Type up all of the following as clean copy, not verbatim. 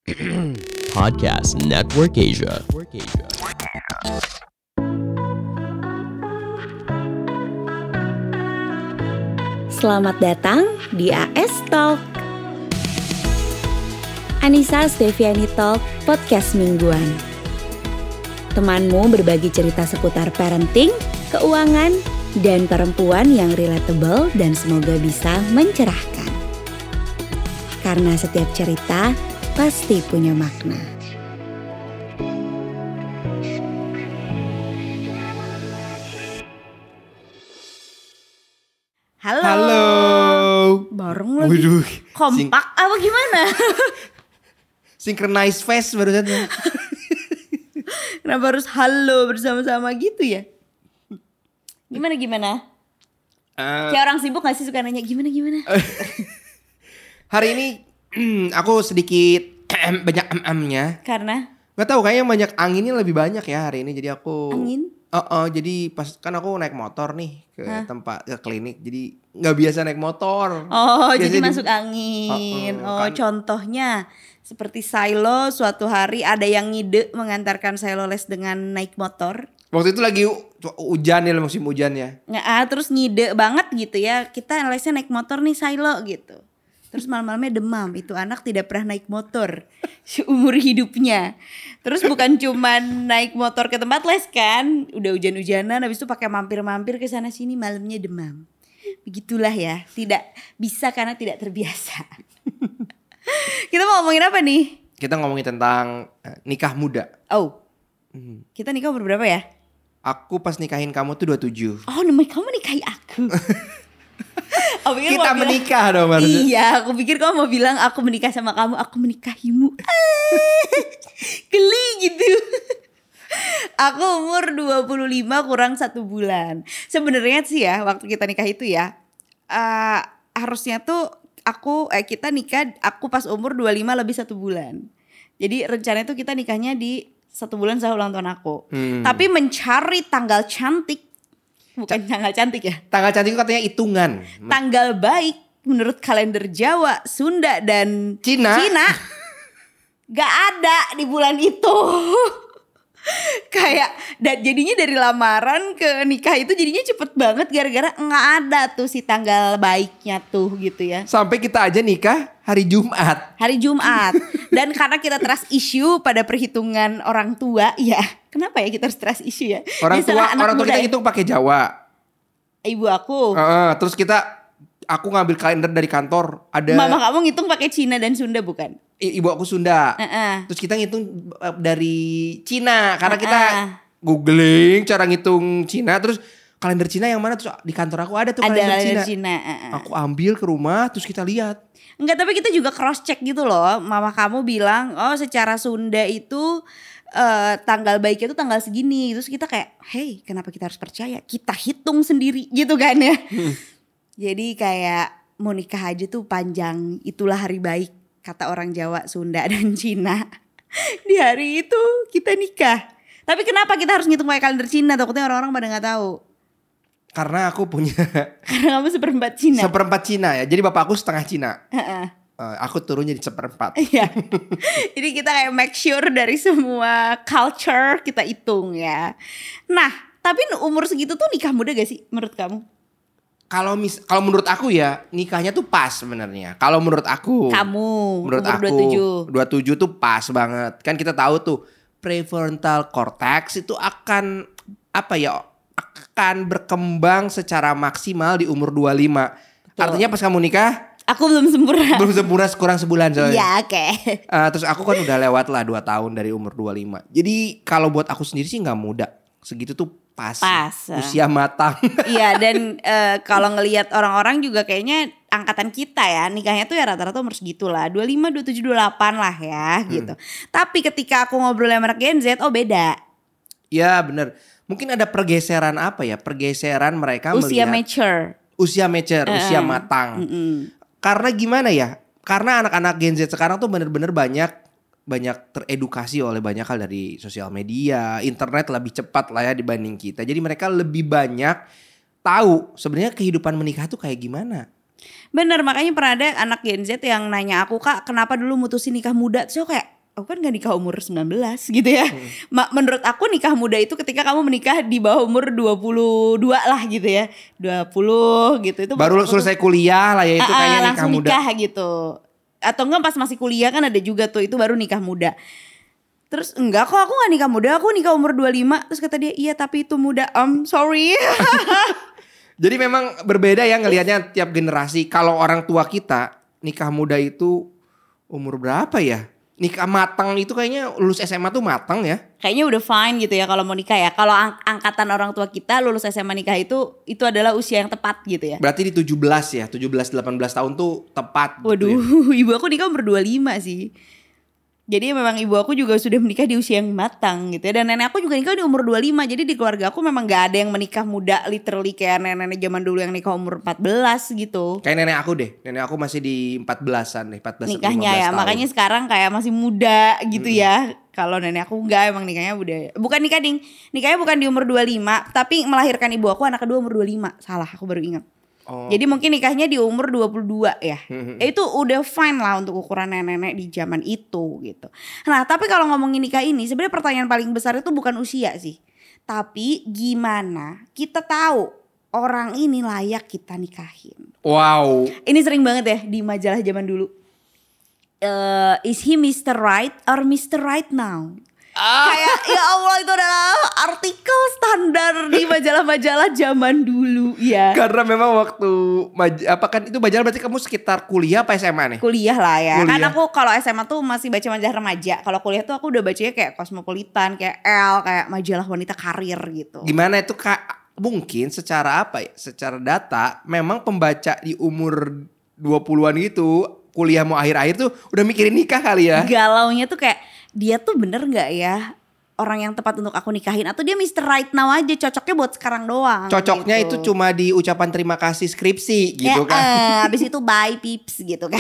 Podcast Network Asia. Selamat datang di AS Talk. Anissa Steviani Talk, podcast mingguan. Temanmu berbagi cerita seputar parenting, keuangan, dan perempuan yang relatable dan semoga bisa mencerahkan. Karena setiap cerita pasti punya makna. Halo. Bareng lagi. Waduh. Kompak apa gimana? Synchronize face barusan. Kenapa harus halo bersama-sama gitu ya? Gimana? Kayak orang sibuk gak sih suka nanya gimana? Hari ini aku sedikit banyak am-amnya. Karena? Gak tahu kayaknya banyak anginnya lebih banyak ya hari ini. Jadi aku Angin? jadi pas kan aku naik motor nih ke klinik. Jadi nggak biasa naik motor. Oh, Biasanya jadi masuk angin. Contohnya seperti Silo suatu hari ada yang ngide mengantarkan Silo les dengan naik motor. Waktu itu lagi hujan ya, musim hujan ya. Terus ngide banget gitu ya. Kita lesnya naik motor nih Silo gitu. Terus malam-malamnya demam. Itu anak tidak pernah naik motor seumur hidupnya. Terus bukan cuman naik motor ke tempat les kan, udah hujan-hujanan habis itu pakai mampir-mampir ke sana sini, malamnya demam. Begitulah ya, tidak bisa karena tidak terbiasa. Kita mau ngomongin apa nih? Kita ngomongin tentang nikah muda. Oh. Kita nikah umur berapa ya? Aku pas nikahin kamu tuh 27. Oh, namanya kamu nikahi aku. Kita menikah dong maksudnya. Iya, aku pikir kamu mau bilang aku menikah sama kamu, aku menikahimu. Geli gitu. Aku umur 25 kurang 1 bulan. Sebenarnya sih ya waktu kita nikah itu ya, harusnya tuh kita nikah aku pas umur 25 lebih 1 bulan. Jadi rencananya tuh kita nikahnya di 1 bulan setelah ulang tahun aku. Tapi mencari tanggal cantik. Bukan tanggal cantik ya. Tanggal cantik itu katanya hitungan. Tanggal baik menurut kalender Jawa, Sunda dan Cina gak ada di bulan itu. Kayak jadinya dari lamaran ke nikah itu jadinya cepet banget gara-gara gak ada tuh si tanggal baiknya tuh gitu ya. Sampai kita aja nikah hari Jumat. Dan karena kita trust issue pada perhitungan orang tua, ya kenapa ya kita harus trust issue ya? Orang tua kita hitung pakai Jawa. Ibu aku. Terus aku ngambil kalender dari kantor. Ada. Mama kamu ngitung pakai Cina dan Sunda bukan? Ibu aku Sunda. Terus kita ngitung dari Cina karena kita googling cara ngitung Cina. Terus kalender Cina yang mana? Terus di kantor aku ada tuh kalender Cina. Aku ambil ke rumah terus kita lihat. Enggak, tapi kita juga cross check gitu loh. Mama kamu bilang, secara Sunda itu tanggal baiknya itu tanggal segini. Terus kita kayak, hey, kenapa kita harus percaya? Kita hitung sendiri gitu kan ya. Jadi kayak mau nikah aja tuh panjang. Itulah hari baik kata orang Jawa, Sunda dan Cina. Di hari itu kita nikah. Tapi kenapa kita harus ngitung pakai kalender Cina? Takutnya orang-orang pada gak tahu. Karena aku punya. Karena kamu seperempat Cina. Seperempat Cina ya. Jadi bapak aku setengah Cina. Aku turun jadi seperempat. Iya. Jadi kita kayak make sure dari semua culture kita hitung ya. Nah, tapi umur segitu tuh nikah muda gak sih menurut kamu? Kalau menurut aku ya nikahnya tuh pas sebenarnya. Kalau menurut aku. Menurut aku 27 tuh pas banget. Kan kita tahu tuh prefrontal cortex itu akan akan berkembang secara maksimal di umur 25. Betul. Artinya pas kamu nikah, aku belum sempurna. Kurang sebulan soalnya. Iya, oke. Terus aku kan udah lewat lah 2 tahun dari umur 25. Jadi kalau buat aku sendiri sih gak muda. Segitu tuh pas. Usia matang. Iya, dan kalau ngelihat orang-orang juga kayaknya angkatan kita ya, nikahnya tuh ya rata-rata umur segitu lah. 25, 27, 28 lah ya gitu. Tapi ketika aku ngobrol sama anak Gen Z, beda. Ya bener. Mungkin ada pergeseran Pergeseran mereka usia melihat usia mature, usia matang. Karena gimana ya? Karena anak-anak Gen Z sekarang tuh bener-bener banyak teredukasi oleh banyak hal dari sosial media, internet lebih cepat lah ya dibanding kita. Jadi mereka lebih banyak tahu sebenarnya kehidupan menikah tuh kayak gimana. Bener, makanya pernah ada anak Gen Z yang nanya aku, Kak, kenapa dulu mutusin nikah muda? Terus aku kayak, aku kan gak nikah umur 19 gitu ya. Menurut aku nikah muda itu ketika kamu menikah di bawah umur 22 lah gitu ya. 20 gitu. Itu baru selesai kuliah lah ya, itu kayaknya nikah langsung muda. nikah gitu. Atau enggak pas masih kuliah kan ada juga tuh, itu baru nikah muda. Terus enggak kok, aku gak nikah muda, aku nikah umur 25. Terus kata dia, iya tapi itu muda. Sorry. Jadi memang berbeda ya ngelihatnya tiap generasi. Kalau orang tua kita nikah muda itu umur berapa ya? Nikah matang itu kayaknya lulus SMA tuh matang ya. Kayaknya udah fine gitu ya kalau mau nikah ya. Kalau angkatan orang tua kita lulus SMA nikah itu adalah usia yang tepat gitu ya. Berarti di 17 ya, 17-18 tahun tuh tepat. Waduh, gitu ya. ibu aku nikah umur 25 sih. Jadi memang ibu aku juga sudah menikah di usia yang matang gitu ya. Dan nenek aku juga nikah di umur 25. Jadi di keluarga aku memang gak ada yang menikah muda literally kayak nenek-nenek zaman dulu yang nikah umur 14 gitu. Kayak nenek aku deh. Nenek aku masih di 14-an deh, 14 nikahnya 15 ya. tahun. Makanya sekarang kayak masih muda gitu ya. Kalau nenek aku enggak, emang nikahnya udah. Bukan nikah ding. Nikahnya bukan di umur 25, tapi melahirkan ibu aku anak kedua umur 25. Salah, aku baru ingat. Oh. Jadi mungkin nikahnya di umur 22 ya. Itu udah fine lah untuk ukuran nenek-nenek di zaman itu gitu. Nah, tapi kalau ngomongin nikah ini sebenarnya pertanyaan paling besar itu bukan usia sih. Tapi gimana kita tahu orang ini layak kita nikahin. Wow. Ini sering banget ya di majalah zaman dulu. Is he Mr. Right or Mr. Right now? Kayak ya Allah, itu adalah artikel standar di majalah-majalah zaman dulu ya. Karena memang waktu apa kan itu majalah berarti kamu sekitar kuliah apa SMA nih? Kuliah lah ya. Kuliah. Kan aku kalau SMA tuh masih baca majalah remaja. Kalau kuliah tuh aku udah bacanya kayak Cosmopolitan, kayak Elle, kayak majalah wanita karir gitu. Gimana itu Kak? Mungkin secara apa ya? Secara data memang pembaca di umur 20-an gitu, kuliah mau akhir-akhir tuh udah mikirin nikah kali ya. Galaunya tuh kayak dia tuh bener gak ya orang yang tepat untuk aku nikahin, atau dia Mr. Right now aja, cocoknya buat sekarang doang. Cocoknya gitu. itu cuma di ucapan terima kasih skripsi gitu ya, kan. Habis itu bye pips gitu kan.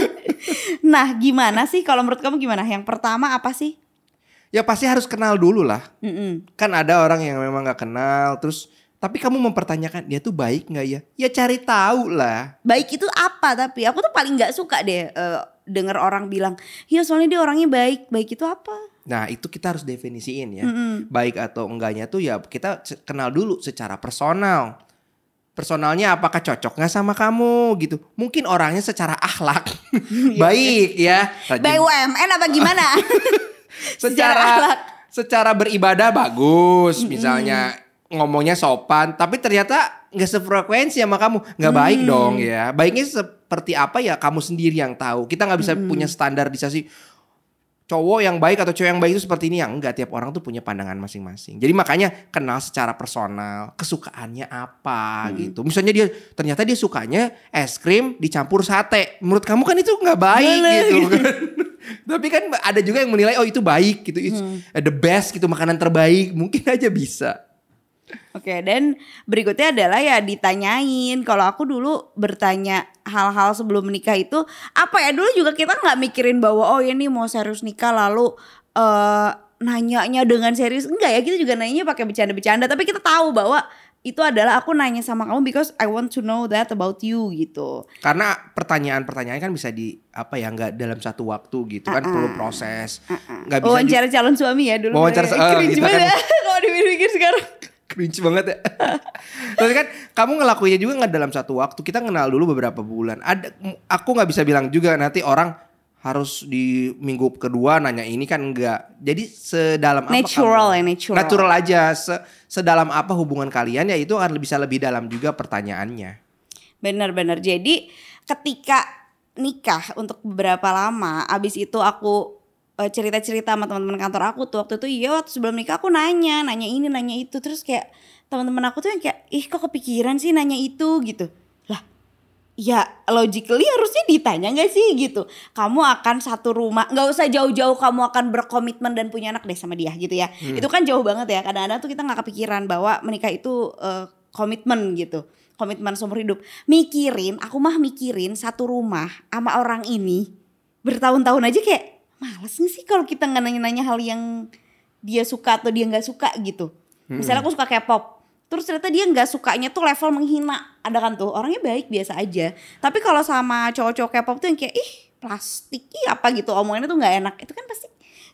Nah gimana sih kalau menurut kamu gimana? Yang pertama apa sih? Ya pasti harus kenal dulu lah. Kan ada orang yang memang gak kenal terus, tapi kamu mempertanyakan dia tuh baik gak ya? Ya cari tahu lah. Baik itu apa? Tapi aku tuh paling gak suka deh denger orang bilang, ya soalnya dia orangnya baik. Baik itu apa? Nah itu kita harus definisiin ya. Baik atau enggaknya tuh ya kita kenal dulu secara personal. Personalnya apakah cocok gak sama kamu gitu. Mungkin orangnya secara akhlak baik ya. BUMN apa gimana? secara beribadah bagus misalnya. Ngomongnya sopan tapi ternyata gak sefrekuensi sama kamu. Gak baik dong ya. Baiknya seperti apa ya kamu sendiri yang tahu. Kita gak bisa punya standarisasi cowok yang baik atau cowok yang baik itu seperti ini. Yang enggak, tiap orang tuh punya pandangan masing-masing. Jadi makanya kenal secara personal, kesukaannya apa gitu. Misalnya ternyata dia sukanya es krim dicampur sate. Menurut kamu kan itu gak baik gitu kan. Tapi kan ada juga yang menilai oh itu baik gitu. It's the best gitu, makanan terbaik. Mungkin aja bisa. Oke, dan berikutnya adalah ya ditanyain. Kalau aku dulu bertanya hal-hal sebelum menikah itu apa ya, dulu juga kita nggak mikirin bahwa oh ini mau serius nikah lalu nanyanya dengan serius. Enggak ya, kita juga nanyanya pakai bercanda-bercanda. Tapi kita tahu bahwa itu adalah aku nanya sama kamu because I want to know that about you gitu. Karena pertanyaan-pertanyaan kan bisa nggak dalam satu waktu gitu kan, perlu proses. Nggak bisa wawancara calon suami ya dulu. Cringe banget ya kalau dipikir sekarang. Cringe banget ya. Tapi kan kamu ngelakuinnya juga nggak dalam satu waktu. Kita kenal dulu beberapa bulan. Aku nggak bisa bilang juga nanti orang harus di minggu kedua nanya ini kan enggak. Jadi sedalam apa natural aja. Sedalam apa hubungan kalian ya itu akan bisa lebih dalam juga pertanyaannya. Benar-benar. Jadi ketika nikah untuk beberapa lama, abis itu aku cerita-cerita sama teman-teman kantor aku tuh waktu itu, iya waktu sebelum nikah aku nanya ini nanya itu, terus kayak teman-teman aku tuh yang kayak kok kepikiran sih nanya itu gitu. Lah ya logically harusnya ditanya gak sih gitu. Kamu akan satu rumah, gak usah jauh-jauh kamu akan berkomitmen dan punya anak deh sama dia gitu ya. Itu kan jauh banget ya, kadang-kadang tuh kita gak kepikiran bahwa menikah itu komitmen gitu. Komitmen seumur hidup. Aku mah mikirin satu rumah sama orang ini bertahun-tahun aja kayak males gak sih kalau kita gak nanya-nanya hal yang dia suka atau dia gak suka gitu. Misalnya aku suka K-pop, terus ternyata dia gak sukanya tuh level menghina. Ada kan tuh orangnya baik biasa aja. Tapi kalau sama cowok-cowok K-pop tuh yang kayak plastik apa gitu, omongannya tuh gak enak. Itu kan pasti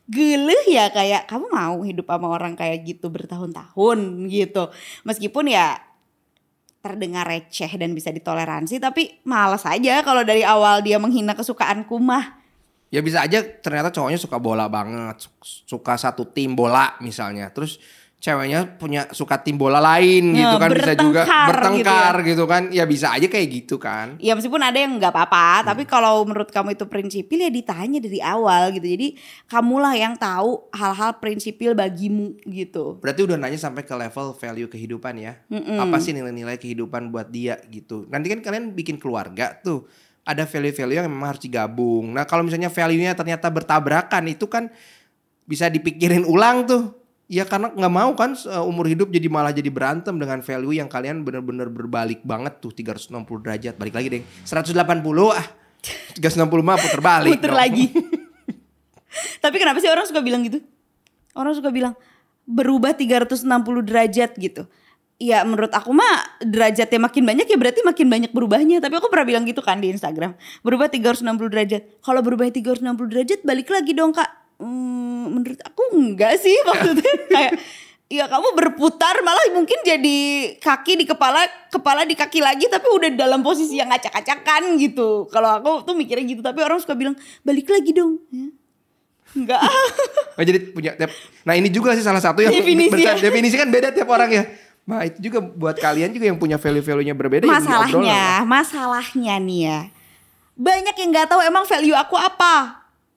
geuleuh ya, kayak kamu mau hidup sama orang kayak gitu bertahun-tahun gitu. Meskipun ya terdengar receh dan bisa ditoleransi, tapi malas aja kalau dari awal dia menghina kesukaanku mah. Ya bisa aja ternyata cowoknya suka bola banget, suka satu tim bola misalnya. Terus ceweknya punya suka tim bola lain gitu kan, bisa juga bertengkar gitu kan. Ya bisa aja kayak gitu kan. Ya meskipun ada yang nggak apa-apa, tapi kalau menurut kamu itu prinsipil ya ditanya dari awal gitu. Jadi kamulah yang tahu hal-hal prinsipil bagimu gitu. Berarti udah nanya sampai ke level value kehidupan ya. Apa sih nilai-nilai kehidupan buat dia gitu. Nanti kan kalian bikin keluarga tuh, ada value-value yang memang harus digabung. Nah kalau misalnya value-nya ternyata bertabrakan, itu kan bisa dipikirin ulang tuh. Ya karena gak mau kan umur hidup malah jadi berantem dengan value yang kalian bener-bener berbalik banget tuh 360 derajat. Balik lagi deh 180 360 mah puter balik. Puter lagi. Tapi kenapa sih orang suka bilang gitu? Orang suka bilang berubah 360 derajat gitu. Ya menurut aku mah derajatnya makin banyak ya berarti makin banyak berubahnya. Tapi aku pernah bilang gitu kan di Instagram. Berubah 360 derajat. Kalau berubah 360 derajat balik lagi dong kak. Menurut aku enggak sih maksudnya. Kayak ya kamu berputar malah mungkin jadi kaki di kepala di kaki lagi. Tapi udah dalam posisi yang acak-acakan gitu. Kalau aku tuh mikirnya gitu. Tapi orang suka bilang balik lagi dong ya. Enggak. Oh, jadi punya nah ini juga sih salah satu yang definisi kan beda tiap orang ya. Nah itu juga buat kalian juga yang punya value-value-nya berbeda. Masalahnya nih ya, banyak yang gak tahu emang value aku apa.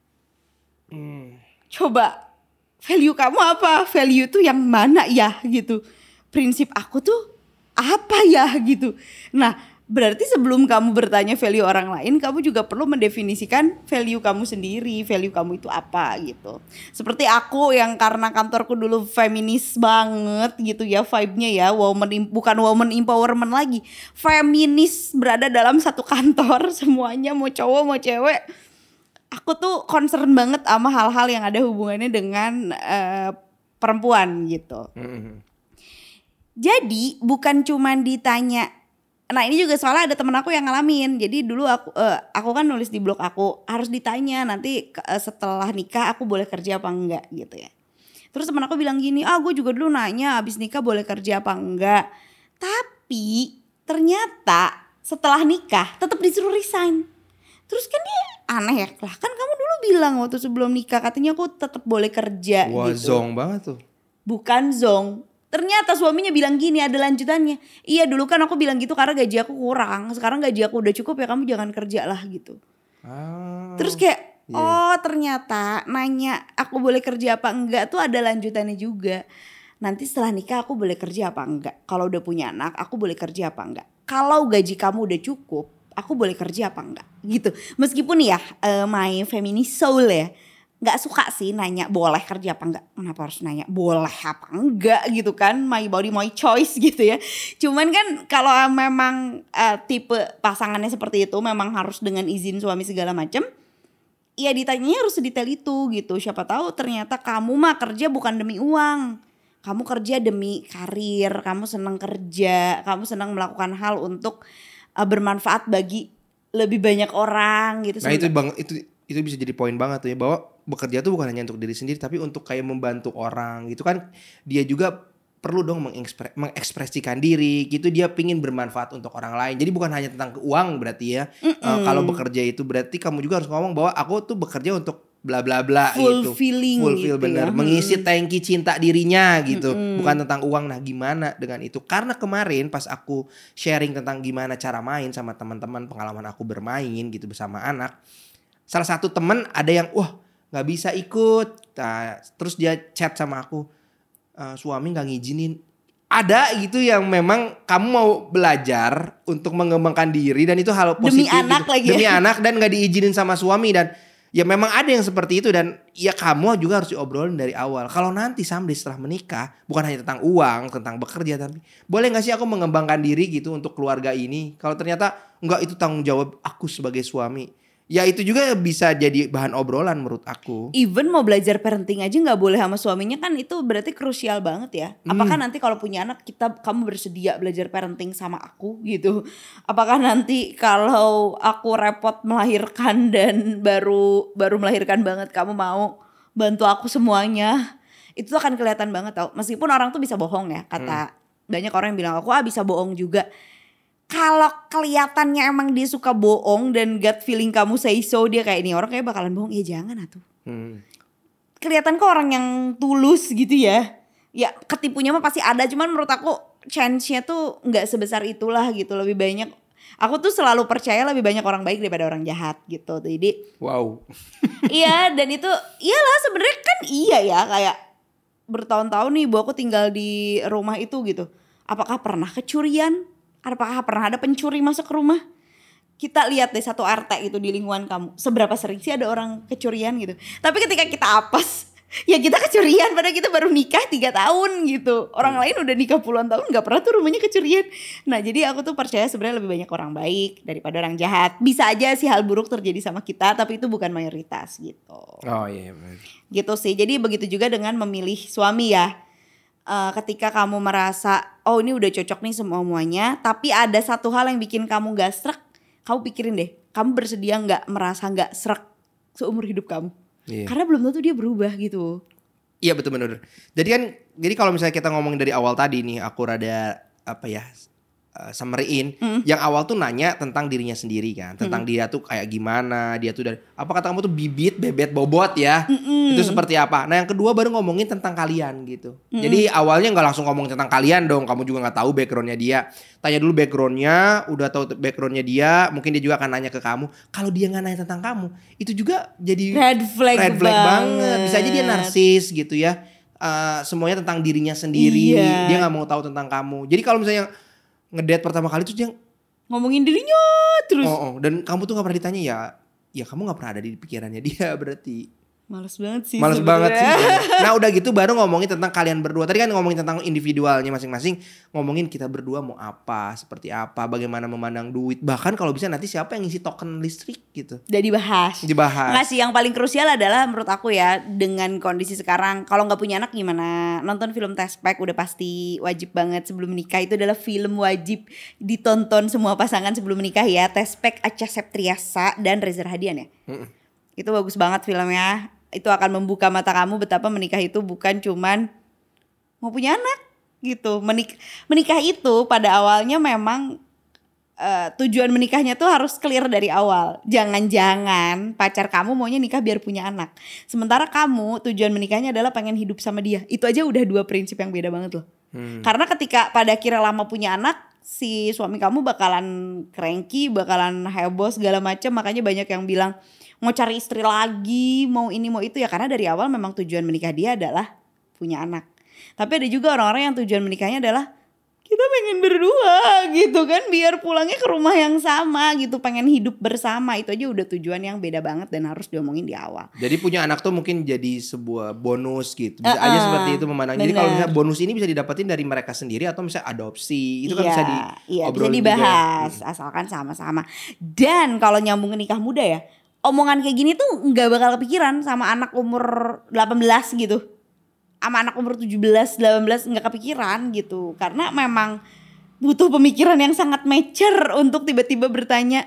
Coba value kamu apa? Value tuh yang mana ya gitu. Prinsip aku tuh apa ya gitu. Nah berarti sebelum kamu bertanya value orang lain, kamu juga perlu mendefinisikan value kamu sendiri. Value kamu itu apa gitu. Seperti aku yang karena kantorku dulu feminis banget gitu ya vibe-nya ya. Bukan woman empowerment lagi. Feminis berada dalam satu kantor. Semuanya mau cowok mau cewek. Aku tuh concern banget sama hal-hal yang ada hubungannya dengan perempuan gitu. Jadi bukan cuman ditanya. Nah ini juga soalnya ada temen aku yang ngalamin. Jadi dulu aku kan nulis di blog aku harus ditanya nanti setelah nikah aku boleh kerja apa enggak gitu ya. Terus temen aku bilang gini, gue juga dulu nanya abis nikah boleh kerja apa enggak. Tapi ternyata setelah nikah tetap disuruh resign. Terus kan dia aneh ya, lah kan kamu dulu bilang waktu sebelum nikah katanya aku tetap boleh kerja. Wah gitu. zong banget tuh. Bukan zong. Ternyata suaminya bilang gini, ada lanjutannya. Iya dulu kan aku bilang gitu karena gaji aku kurang. Sekarang gaji aku udah cukup ya kamu jangan kerja lah gitu. Terus kayak ternyata nanya aku boleh kerja apa enggak tuh ada lanjutannya juga. Nanti setelah nikah aku boleh kerja apa enggak. Kalau udah punya anak aku boleh kerja apa enggak. Kalau gaji kamu udah cukup aku boleh kerja apa enggak gitu. Meskipun ya my feminist soul ya gak suka sih nanya boleh kerja apa enggak. Kenapa harus nanya boleh apa enggak gitu kan. My body my choice gitu ya. Cuman kan kalau memang tipe pasangannya seperti itu memang harus dengan izin suami segala macam. Ya ditanyanya harus sedetail itu gitu. Siapa tahu ternyata kamu mah kerja bukan demi uang. Kamu kerja demi karir. Kamu senang kerja. Kamu senang melakukan hal untuk bermanfaat bagi lebih banyak orang gitu. Nah itu bisa jadi poin banget tuh ya, bahwa bekerja tuh bukan hanya untuk diri sendiri tapi untuk kayak membantu orang gitu kan. Dia juga perlu dong mengekspresikan diri gitu, dia pingin bermanfaat untuk orang lain. Jadi bukan hanya tentang uang berarti ya. Kalau bekerja itu berarti kamu juga harus ngomong bahwa aku tuh bekerja untuk bla bla bla gitu. Fulfill gitu bener ya. Mengisi tangki cinta dirinya gitu. Bukan tentang uang. Nah gimana dengan itu? Karena kemarin pas aku sharing tentang gimana cara main sama teman-teman, pengalaman aku bermain gitu bersama anak. Salah satu teman ada yang gak bisa ikut. Nah, terus dia chat sama aku, suami gak ngizinin. Ada gitu yang memang kamu mau belajar untuk mengembangkan diri dan itu hal positif. Demi anak gitu. lagi Demi anak dan gak diizinin sama suami. Dan ya memang ada yang seperti itu. Dan ya kamu juga harus diobrolin dari awal. Kalau nanti someday setelah menikah, bukan hanya tentang uang, tentang bekerja, tapi boleh gak sih aku mengembangkan diri gitu untuk keluarga ini. Kalau ternyata enggak, itu tanggung jawab aku sebagai suami. Ya itu juga bisa jadi bahan obrolan menurut aku. Even mau belajar parenting aja gak boleh sama suaminya kan, itu berarti krusial banget ya. Apakah nanti kalau punya anak kamu bersedia belajar parenting sama aku gitu. Apakah nanti kalau aku repot melahirkan dan baru melahirkan banget kamu mau bantu aku semuanya. Itu tuh akan kelihatan banget tau. Meskipun orang tuh bisa bohong ya, kata banyak orang yang bilang aku bisa bohong juga. Kalau kelihatannya emang dia suka bohong dan gut feeling kamu say so, dia kayak ini orang kayak bakalan bohong, ya jangan atuh. Kelihatan kok orang yang tulus gitu ya. Ya ketipunya mah pasti ada, cuman menurut aku chance-nya tuh nggak sebesar itulah gitu. Lebih banyak, aku tuh selalu percaya lebih banyak orang baik daripada orang jahat gitu. Jadi wow. iya, dan itu iyalah sebenarnya kan iya ya, kayak bertahun-tahun nih Bu aku tinggal di rumah itu gitu. Apakah pernah kecurian? Apakah pernah ada pencuri masuk ke rumah? Kita lihat deh satu RT itu di lingkungan kamu, seberapa sering sih ada orang kecurian gitu. Tapi ketika kita apes, ya kita kecurian padahal kita baru nikah 3 tahun gitu. Orang lain udah nikah puluhan tahun gak pernah tuh rumahnya kecurian. Nah jadi aku tuh percaya sebenarnya lebih banyak orang baik daripada orang jahat. Bisa aja sih hal buruk terjadi sama kita, tapi itu bukan mayoritas gitu. Oh iya benar. Gitu sih, jadi begitu juga dengan memilih suami ya. Ketika kamu merasa oh ini udah cocok nih semuanya, tapi ada satu hal yang bikin kamu gak srek, kamu pikirin deh, kamu bersedia gak merasa gak srek seumur hidup kamu? Iya. Karena belum tentu dia berubah gitu. Iya betul benar. Jadi kalau misalnya kita ngomongin dari awal tadi nih, aku rada summary-in. Yang awal tuh nanya tentang dirinya sendiri kan, tentang dia tuh kayak gimana, dia tuh dari apa kata kamu tuh bibit, bebet, bobot ya. Itu seperti apa. Nah yang kedua baru ngomongin tentang kalian gitu. Jadi awalnya nggak langsung ngomong tentang kalian dong, kamu juga nggak tahu backgroundnya dia. Tanya dulu backgroundnya, udah tahu backgroundnya dia, mungkin dia juga akan nanya ke kamu. Kalau dia nggak nanya tentang kamu, itu juga jadi red flag banget. Bisa aja dia narsis gitu ya. Semuanya tentang dirinya sendiri, dia nggak mau tahu tentang kamu. Jadi kalau misalnya ngedate pertama kali tuh dia ngomongin dirinya terus. Dan kamu tuh gak pernah ditanya ya kamu gak pernah ada di pikirannya dia berarti. Males banget sih. Nah udah gitu baru ngomongin tentang kalian berdua. Tadi kan ngomongin tentang individualnya masing-masing. Ngomongin kita berdua mau apa, seperti apa, bagaimana memandang duit. Bahkan kalau bisa nanti siapa yang ngisi token listrik gitu. Udah dibahas. Nggak sih, yang paling krusial adalah menurut aku ya, dengan kondisi sekarang, kalau gak punya anak gimana? Nonton film Tespek udah pasti wajib banget sebelum menikah. Itu adalah film wajib ditonton semua pasangan sebelum menikah ya. Tespek Acha Septriasa dan Reza Rahadian ya. Itu bagus banget filmnya. Itu akan membuka mata kamu betapa menikah itu bukan cuman mau punya anak gitu. Menikah itu pada awalnya memang tujuan menikahnya tuh harus clear dari awal. Jangan-jangan pacar kamu maunya nikah biar punya anak, sementara kamu tujuan menikahnya adalah pengen hidup sama dia. Itu aja udah 2 prinsip yang beda banget loh. Karena ketika pada akhirnya lama punya anak, si suami kamu bakalan cranky, bakalan heboh segala macam. Makanya banyak yang bilang mau cari istri lagi, mau ini mau itu ya, karena dari awal memang tujuan menikah dia adalah punya anak. Tapi ada juga orang-orang yang tujuan menikahnya adalah kita pengen berdua gitu kan, biar pulangnya ke rumah yang sama gitu, pengen hidup bersama. Itu aja udah tujuan yang beda banget dan harus diomongin di awal. Jadi punya anak tuh mungkin jadi sebuah bonus gitu. Bisa aja seperti itu memandang. Jadi kalau misalnya bonus ini bisa didapetin dari mereka sendiri atau misalnya adopsi, itu kan bisa bisa dibahas juga. Asalkan sama-sama. Dan kalau nyambung ke nikah muda ya, omongan kayak gini tuh gak bakal kepikiran sama anak umur 18 gitu. Sama anak umur 17, 18 gak kepikiran gitu. Karena memang butuh pemikiran yang sangat mature untuk tiba-tiba bertanya,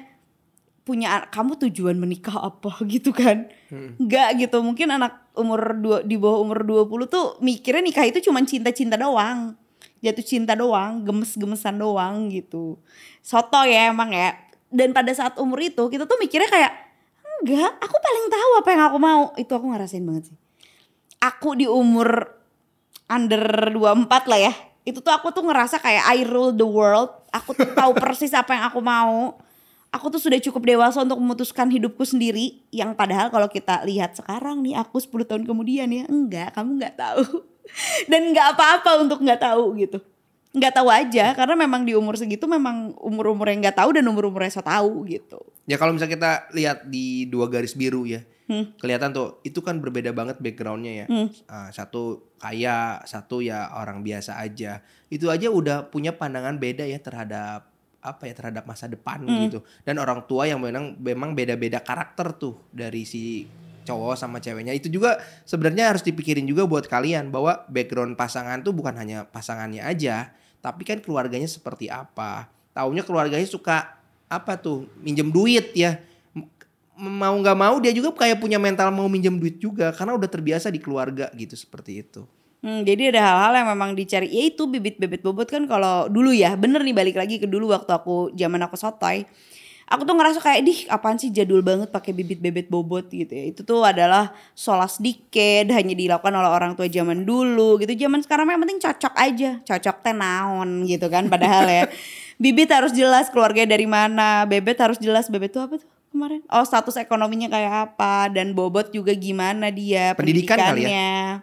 kamu tujuan menikah apa gitu kan. Enggak gitu, mungkin anak di bawah umur 20 tuh mikirnya nikah itu cuma cinta-cinta doang. Jatuh cinta doang, gemes-gemesan doang gitu. Soto ya emang ya. Dan pada saat umur itu kita tuh mikirnya kayak, enggak, aku paling tahu apa yang aku mau. Itu aku ngerasain banget sih. Aku di umur under 24 lah ya. Itu tuh aku tuh ngerasa kayak I rule the world. Aku tuh tahu persis apa yang aku mau. Aku tuh sudah cukup dewasa untuk memutuskan hidupku sendiri. Yang padahal kalau kita lihat sekarang nih, aku 10 tahun kemudian ya, enggak, kamu gak tahu. Dan gak apa-apa untuk gak tahu gitu. Gak tahu aja, karena memang di umur segitu memang umur-umur yang gak tahu dan umur-umur yang so tahu gitu. Ya kalau misalnya kita lihat di 2 garis biru ya, kelihatan tuh itu kan berbeda banget backgroundnya ya. Satu kaya, satu ya orang biasa aja. Itu aja udah punya pandangan beda ya terhadap terhadap masa depan gitu. Dan orang tua yang memang beda-beda karakter tuh dari si cowok sama ceweknya. Itu juga sebenarnya harus dipikirin juga buat kalian, bahwa background pasangan tuh bukan hanya pasangannya aja, tapi kan keluarganya seperti apa. Taunya keluarganya suka minjem duit ya. mau nggak mau dia juga kayak punya mental mau minjem duit juga karena udah terbiasa di keluarga gitu, seperti itu. Jadi ada hal-hal yang memang dicari. Ya itu bibit-bibit bobot kan kalau dulu ya, bener nih balik lagi ke dulu waktu zaman aku sotoy. Aku tuh ngerasa kayak apaan sih jadul banget pakai bibit-bibit bobot gitu ya. Itu tuh adalah solas dikit, hanya dilakukan oleh orang tua zaman dulu gitu. Zaman sekarang yang penting cocok aja, cocok teh naon gitu kan. Padahal ya bibit harus jelas keluarganya dari mana, bebet harus jelas bebet tuh apa tuh kemarin. Oh status ekonominya kayak apa, dan bobot juga gimana dia Pendidikan kali ya.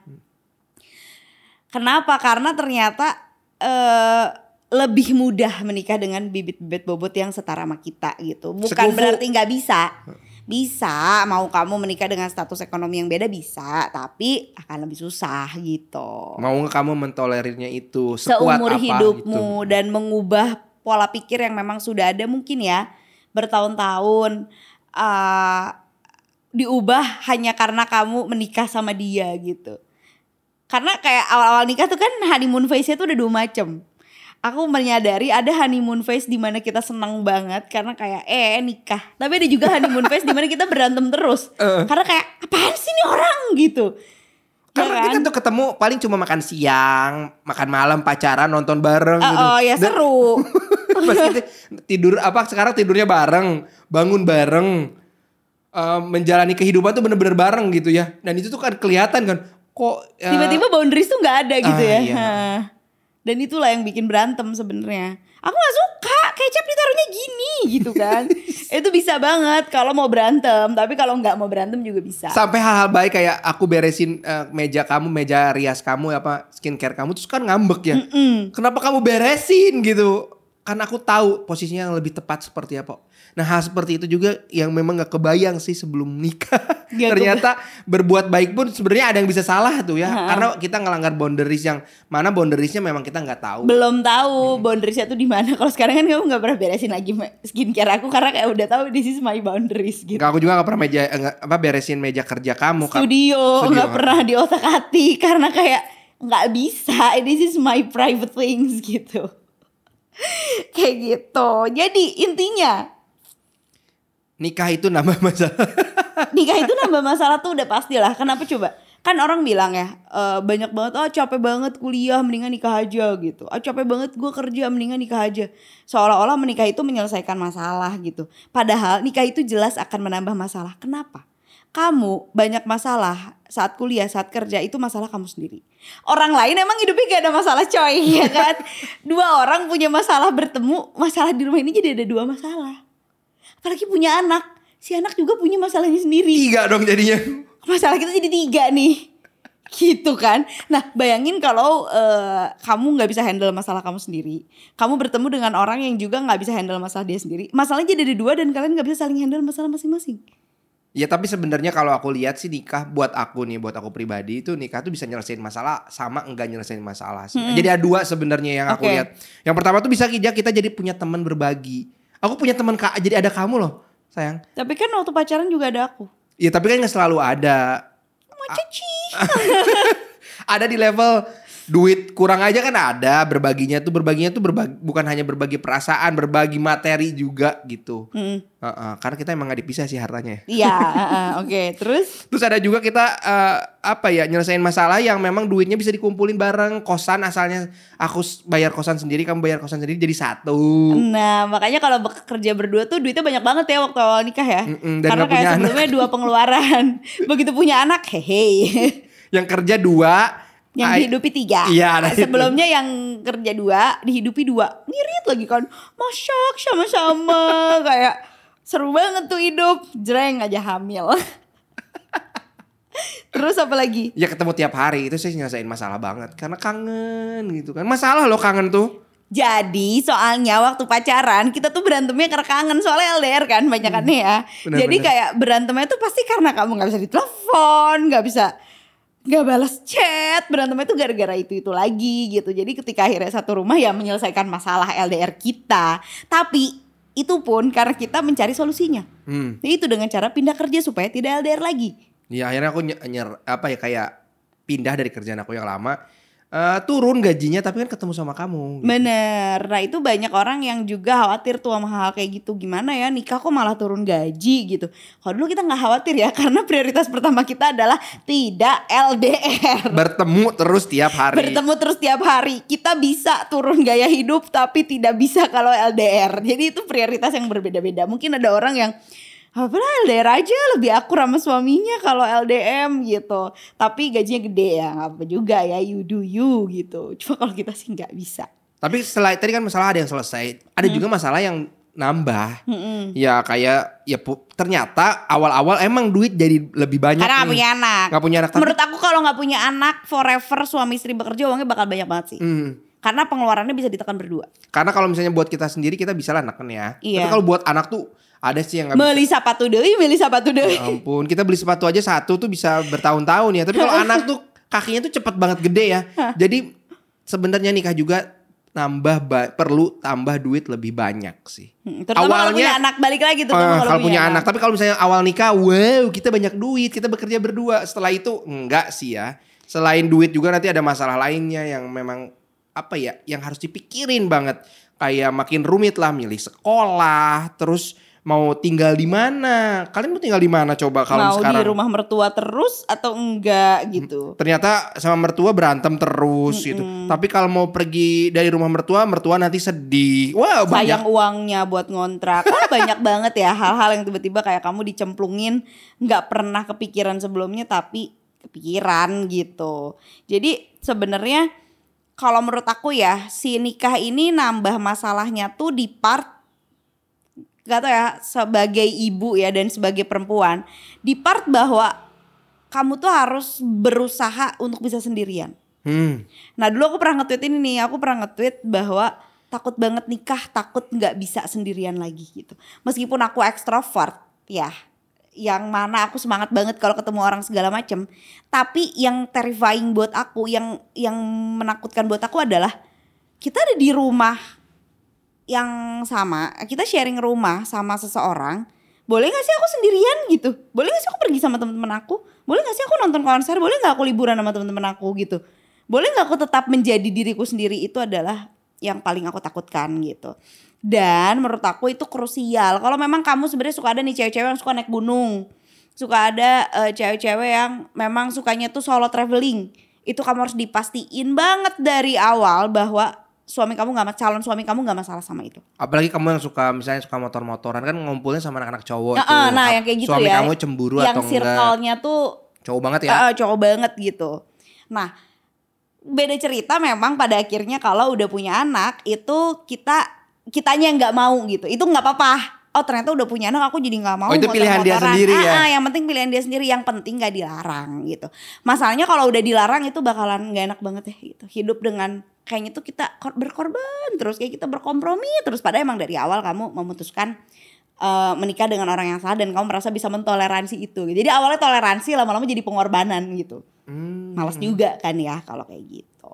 Kenapa? Karena ternyata lebih mudah menikah dengan bibit-bibit bobot yang setara sama kita gitu. Bukan Sekufu. berarti nggak bisa. Bisa, mau kamu menikah dengan status ekonomi yang beda bisa, tapi akan lebih susah gitu. Mau nggak kamu mentolerirnya itu sekuat Seumur apa hidupmu gitu. dan mengubah pola pikir yang memang sudah ada mungkin ya bertahun-tahun diubah hanya karena kamu menikah sama dia gitu. Karena kayak awal-awal nikah tuh kan honeymoon phase-nya tuh udah 2 macam. Aku menyadari ada honeymoon phase di mana kita senang banget karena kayak nikah. Tapi ada juga honeymoon phase di mana kita berantem terus. Karena kayak apaan sih nih orang gitu. Karena Ya kita tuh ketemu paling cuma makan siang, makan malam, pacaran, nonton bareng gitu. Oh ya seru. Pas gitu, tidur sekarang tidurnya bareng, bangun bareng, menjalani kehidupan tuh bener-bener bareng gitu ya. Dan itu tuh kan kelihatan kan, kok Tiba-tiba boundaries tuh nggak ada gitu ya. Iya. Dan itulah yang bikin berantem sebenarnya. Aku gak suka kecap ditaruhnya gini gitu kan. Itu bisa banget kalau mau berantem. Tapi kalau gak mau berantem juga bisa. sampai hal-hal baik kayak aku beresin meja kamu, meja rias kamu, skincare kamu terus kan ngambek ya. Kenapa kamu beresin gitu? Kan aku tahu posisinya yang lebih tepat seperti apa. Nah hal seperti itu juga yang memang gak kebayang sih sebelum nikah. Ternyata berbuat baik pun sebenarnya ada yang bisa salah tuh ya. Karena kita ngelanggar boundaries yang mana boundariesnya memang kita gak tahu. Belum tahu boundariesnya tuh di mana. Kalau sekarang kan kamu gak pernah beresin lagi skincare aku karena kayak udah tahu this is my boundaries gitu. Enggak, aku juga gak pernah beresin meja kerja kamu. Studio gak pernah diotak-atik karena kayak gak bisa. This is my private things gitu. Kayak gitu. Jadi intinya nikah itu nambah masalah. nikah itu nambah masalah tuh udah pastilah. Kenapa coba? Kan orang bilang ya banyak banget capek banget kuliah mendingan nikah aja gitu. Capek banget gue kerja mendingan nikah aja. Seolah-olah menikah itu menyelesaikan masalah gitu. Padahal nikah itu jelas akan menambah masalah. Kenapa? Kamu banyak masalah saat kuliah, saat kerja itu masalah kamu sendiri. Orang lain emang hidupnya gak ada masalah coy ya kan. 2 orang punya masalah bertemu, masalah di rumah ini jadi ada 2 masalah. Apalagi punya anak, si anak juga punya masalahnya sendiri. 3 dong jadinya. Masalah kita jadi 3 nih. Gitu kan. Nah bayangin kalau kamu gak bisa handle masalah kamu sendiri. Kamu bertemu dengan orang yang juga gak bisa handle masalah dia sendiri. Masalahnya jadi ada 2 dan kalian gak bisa saling handle masalah masing-masing. Ya tapi sebenarnya kalau aku lihat sih nikah buat aku pribadi itu nikah tuh bisa nyelesain masalah sama enggak nyelesain masalah sih. Jadi ada 2 sebenarnya yang aku lihat. Yang pertama tuh bisa kita jadi punya teman berbagi. Aku punya teman jadi ada kamu loh sayang. Tapi kan waktu pacaran juga ada aku. Ya tapi kan gak selalu ada. Ada di level duit kurang aja kan ada. Berbaginya tuh bukan hanya berbagi perasaan, berbagi materi juga gitu. Karena kita emang gak dipisah sih hartanya. Iya oke. Terus ada juga kita nyelesain masalah yang memang duitnya bisa dikumpulin bareng. Kosan asalnya aku bayar kosan sendiri, kamu bayar kosan sendiri jadi satu. Nah makanya kalau bekerja berdua tuh duitnya banyak banget ya waktu awal nikah ya. Dan karena kayak sebelumnya 2 pengeluaran. Begitu punya anak hehe. Yang kerja 2, yang dihidupi 3. Iya, sebelumnya yang kerja 2 dihidupi 2. Ngirit lagi kan. Masak sama-sama. Kayak seru banget tuh hidup. Jreng aja hamil. Terus apa lagi? Ya ketemu tiap hari itu saya nyelesain masalah banget. Karena kangen gitu kan. Masalah loh kangen tuh. Jadi soalnya waktu pacaran kita tuh berantemnya karena kangen. Soalnya LDR kan banyakannya ya. Jadi kayak berantemnya tuh pasti karena kamu gak bisa ditelepon, gak balas chat. Berantemnya tuh gara-gara itu lagi gitu. Jadi ketika akhirnya satu rumah ya menyelesaikan masalah LDR kita. Tapi itu pun karena kita mencari solusinya. Itu dengan cara pindah kerja supaya tidak LDR lagi. Ya akhirnya aku kayak pindah dari kerjaan aku yang lama. turun gajinya tapi kan ketemu sama kamu gitu. Bener. Nah itu banyak orang yang juga khawatir tuh sama hal kayak gitu. Gimana ya nikah kok malah turun gaji gitu. Kalau dulu kita gak khawatir ya, karena prioritas pertama kita adalah tidak LDR. Bertemu terus tiap hari. Bertemu terus tiap hari. Kita bisa turun gaya hidup tapi tidak bisa kalau LDR. Jadi itu prioritas yang berbeda-beda. Mungkin ada orang yang apalah LDR aja lebih akur sama suaminya kalau LDM gitu. Tapi gajinya gede ya, gak apa juga ya, you do you gitu. Cuma kalau kita sih gak bisa. Tapi setelah tadi kan masalah ada yang selesai, ada juga masalah yang nambah. Ya kayak ya ternyata awal-awal emang duit jadi lebih banyak. Karena gak punya anak. Gak punya anak. Menurut aku kalau gak punya anak forever suami istri bekerja uangnya bakal banyak banget sih. Karena pengeluarannya bisa ditekan berdua. Karena kalau misalnya buat kita sendiri kita bisa lah neken ya. Iya. Tapi kalau buat anak tuh ada sih yang gak beli sepatu deui. Ya ampun, kita beli sepatu aja satu tuh bisa bertahun-tahun ya. Tapi kalau anak tuh kakinya tuh cepet banget gede ya. Jadi sebenarnya nikah juga perlu tambah duit lebih banyak sih. Terutama kalau punya anak, balik lagi tuh kalau punya anak. Tapi kalau misalnya awal nikah, wow kita banyak duit, kita bekerja berdua. Setelah itu enggak sih ya. Selain duit juga nanti ada masalah lainnya yang memang apa ya, yang harus dipikirin banget. Kayak makin rumit lah milih sekolah, terus mau tinggal di mana? Kalian mau tinggal di mana coba kalau sekarang? Mau di rumah mertua terus atau enggak gitu? Ternyata sama mertua berantem terus gitu. Tapi kalau mau pergi dari rumah mertua nanti sedih. Wah, sayang uangnya buat ngontrak. Banyak banget ya hal-hal yang tiba-tiba kayak kamu dicemplungin, nggak pernah kepikiran sebelumnya tapi kepikiran gitu. Jadi sebenarnya kalau menurut aku ya, si nikah ini nambah masalahnya tuh di part, gak tau ya, sebagai ibu ya dan sebagai perempuan, di part bahwa kamu tuh harus berusaha untuk bisa sendirian. Nah dulu aku pernah nge-tweet ini nih, aku pernah nge-tweet bahwa takut banget nikah, takut gak bisa sendirian lagi gitu. Meskipun aku ekstrovert ya, yang mana aku semangat banget kalau ketemu orang segala macem, tapi yang terrifying buat aku, yang menakutkan buat aku adalah kita ada di rumah yang sama, kita sharing rumah sama seseorang, boleh gak sih aku sendirian gitu? Boleh gak sih aku pergi sama teman-teman aku? Boleh gak sih aku nonton konser? Boleh gak aku liburan sama teman-teman aku gitu? Boleh gak aku tetap menjadi diriku sendiri? Itu adalah yang paling aku takutkan gitu. Dan menurut aku itu krusial. Kalau memang kamu sebenarnya suka ada nih cewek-cewek yang suka naik gunung, suka ada cewek-cewek yang memang sukanya tuh solo traveling, itu kamu harus dipastiin banget dari awal bahwa calon suami kamu nggak masalah sama itu. Apalagi kamu yang suka misalnya suka motor-motoran kan ngumpulnya sama anak-anak cowok tuh. Nah yang kayak gitu suami ya. Suami kamu cemburu yang atau enggak? Yang circle-nya tuh cowok banget ya. Cowok banget gitu. Nah beda cerita memang pada akhirnya kalau udah punya anak itu kitanya yang nggak mau gitu, itu nggak apa-apa. Oh ternyata udah punya anak aku jadi nggak mau. Oh itu pilihan dia sendiri ya. Yang penting pilihan dia sendiri, yang penting nggak dilarang gitu. Masalahnya kalau udah dilarang itu bakalan nggak enak banget ya gitu. Hidup dengan kayaknya tuh kita berkorban terus, kayak kita berkompromi terus. Padahal emang dari awal kamu memutuskan menikah dengan orang yang salah dan kamu merasa bisa mentoleransi itu. Jadi awalnya toleransi, lama-lama jadi pengorbanan gitu. Males juga kan ya kalau kayak gitu.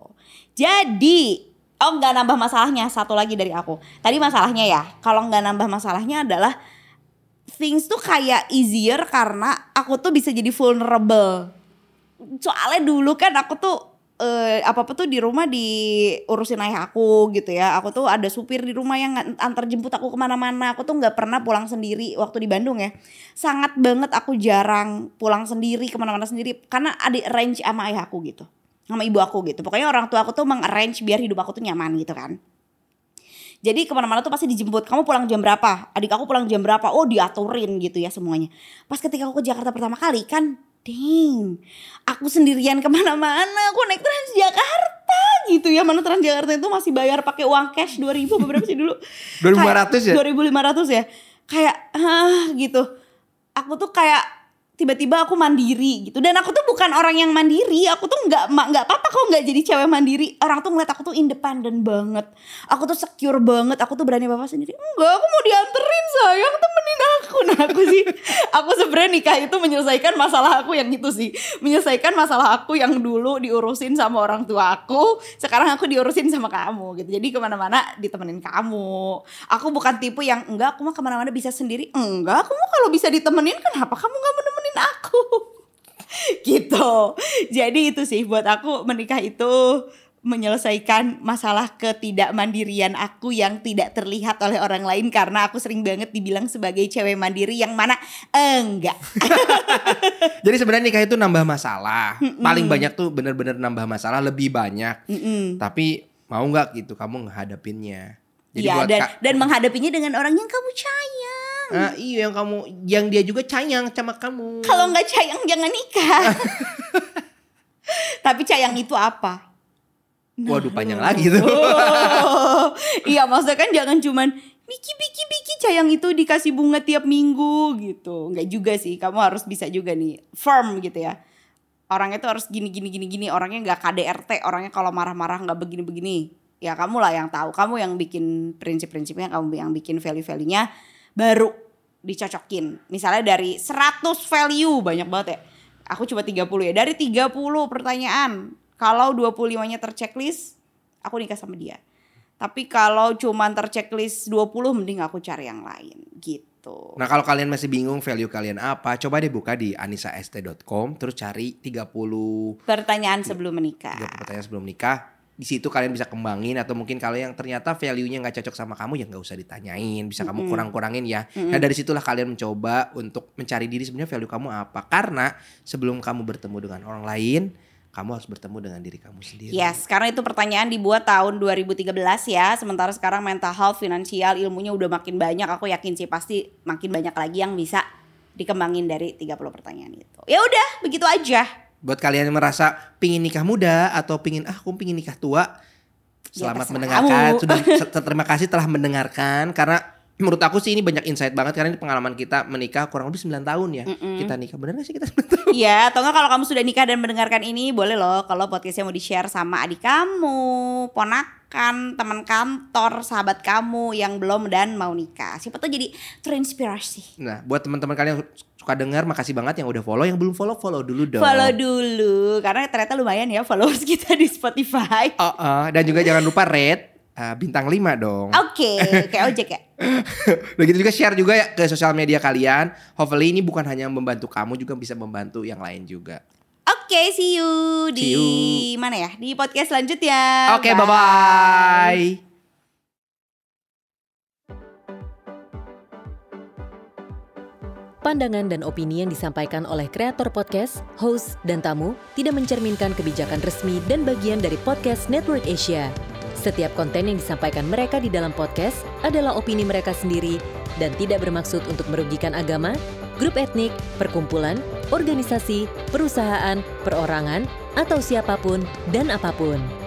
Jadi nggak nambah masalahnya, satu lagi dari aku. Tadi masalahnya ya, kalau nggak nambah masalahnya adalah things tuh kayak easier karena aku tuh bisa jadi vulnerable. Soalnya dulu kan aku tuh apa-apa tuh di rumah diurusin ayah aku gitu ya. Aku tuh ada supir di rumah yang antar jemput aku kemana-mana. Aku tuh nggak pernah pulang sendiri waktu di Bandung ya. Sangat banget aku jarang pulang sendiri kemana-mana sendiri karena ada arrange sama ayah aku gitu, sama ibu aku gitu. Pokoknya orang tua aku tuh mengarrange biar hidup aku tuh nyaman gitu kan. Jadi kemana-mana tuh pasti dijemput. Kamu pulang jam berapa? Adik aku pulang jam berapa? Oh diaturin gitu ya semuanya. Pas ketika aku ke Jakarta pertama kali kan, ding, aku sendirian kemana-mana. Aku naik Transjakarta gitu ya. Mana Transjakarta itu masih bayar pakai uang cash 2.000 berapa sih dulu? 2.500 ya? 2.500 ya. Kayak gitu. Aku tuh kayak tiba-tiba aku mandiri gitu. Dan aku tuh bukan orang yang mandiri. Aku tuh gak apa-apa kok gak jadi cewek mandiri. Orang tuh ngeliat aku tuh independen banget. Aku tuh secure banget. Aku tuh berani apa-apa sendiri. Enggak, aku mau dianterin sayang, temenin aku. Nah aku sebenarnya nikah itu menyelesaikan masalah aku yang itu sih. Menyelesaikan masalah aku yang dulu diurusin sama orang tua aku. Sekarang aku diurusin sama kamu gitu. Jadi kemana-mana ditemenin kamu. Aku bukan tipe yang enggak, aku mah kemana-mana bisa sendiri. Enggak, aku mah kalau bisa ditemenin kenapa kamu gak menemenin aku gitu. Jadi itu sih buat aku menikah itu menyelesaikan masalah ketidakmandirian aku yang tidak terlihat oleh orang lain, karena aku sering banget dibilang sebagai cewek mandiri yang mana enggak. Jadi sebenarnya nikah itu nambah masalah. Paling banyak tuh bener-bener nambah masalah, lebih banyak. Tapi mau nggak gitu kamu ngehadapinnya? Jadi ya, buat dan menghadapinya dengan orang yang kamu sayang. Iya, yang dia juga sayang sama kamu. Kalau nggak sayang jangan nikah. Tapi sayang itu apa? Waduh, panjang lagi tuh. Iya, maksudnya kan jangan cuman Biki sayang itu dikasih bunga tiap minggu gitu. Enggak juga sih, kamu harus bisa juga nih firm gitu ya. Orangnya tuh harus gini, orangnya nggak KDRT, orangnya kalau marah-marah nggak begini. Ya kamu lah yang tahu, kamu yang bikin prinsip-prinsipnya, kamu yang bikin value-value-nya baru dicocokin. Misalnya dari 100 value, banyak banget ya. Aku cuma 30 ya. Dari 30 pertanyaan, kalau 25-nya terchecklist, aku nikah sama dia. Tapi kalau cuma terchecklist 20, mending aku cari yang lain gitu. Nah, kalau kalian masih bingung value kalian apa, coba deh buka di anisast.com, terus cari 30 pertanyaan sebelum menikah. 30 pertanyaan sebelum menikah. Di situ kalian bisa kembangin, atau mungkin kalau yang ternyata value-nya nggak cocok sama kamu, ya nggak usah ditanyain, bisa kamu kurang-kurangin ya. Nah, dari situlah kalian mencoba untuk mencari diri sebenarnya value kamu apa. Karena sebelum kamu bertemu dengan orang lain, kamu harus bertemu dengan diri kamu sendiri. Yes, karena itu pertanyaan dibuat tahun 2013 ya. Sementara sekarang mental health, finansial, ilmunya udah makin banyak. Aku yakin sih pasti makin banyak lagi yang bisa dikembangin dari 30 pertanyaan itu. Ya udah, begitu aja. Buat kalian yang merasa pingin nikah muda atau aku pingin nikah tua, selamat mendengarkan. Terima kasih telah mendengarkan, karena menurut aku sih ini banyak insight banget, karena ini pengalaman kita menikah kurang lebih 9 tahun ya. Kita nikah, bener gak sih kita 9 tahun? Iya, atau enggak kalau kamu sudah nikah dan mendengarkan ini, boleh loh kalau podcastnya mau di-share sama adik kamu, ponakan, teman kantor, sahabat kamu yang belum dan mau nikah. Siapa tuh jadi terinspirasi. Nah, buat teman-teman kalian yang suka dengar, makasih banget yang udah follow. Yang belum follow dulu dong. Follow dulu, karena ternyata lumayan ya followers kita di Spotify. Dan juga jangan lupa rate bintang 5 dong. Oke, kayak ojek ya. Begitu juga share juga ya ke sosial media kalian. Hopefully ini bukan hanya membantu kamu, juga bisa membantu yang lain juga. Oke, see you di mana ya? Di podcast selanjutnya. Oke, bye-bye. Pandangan dan opini yang disampaikan oleh kreator podcast, host, dan tamu tidak mencerminkan kebijakan resmi dan bagian dari Podcast Network Asia. Setiap konten yang disampaikan mereka di dalam podcast adalah opini mereka sendiri dan tidak bermaksud untuk merugikan agama, grup etnik, perkumpulan, organisasi, perusahaan, perorangan, atau siapapun dan apapun.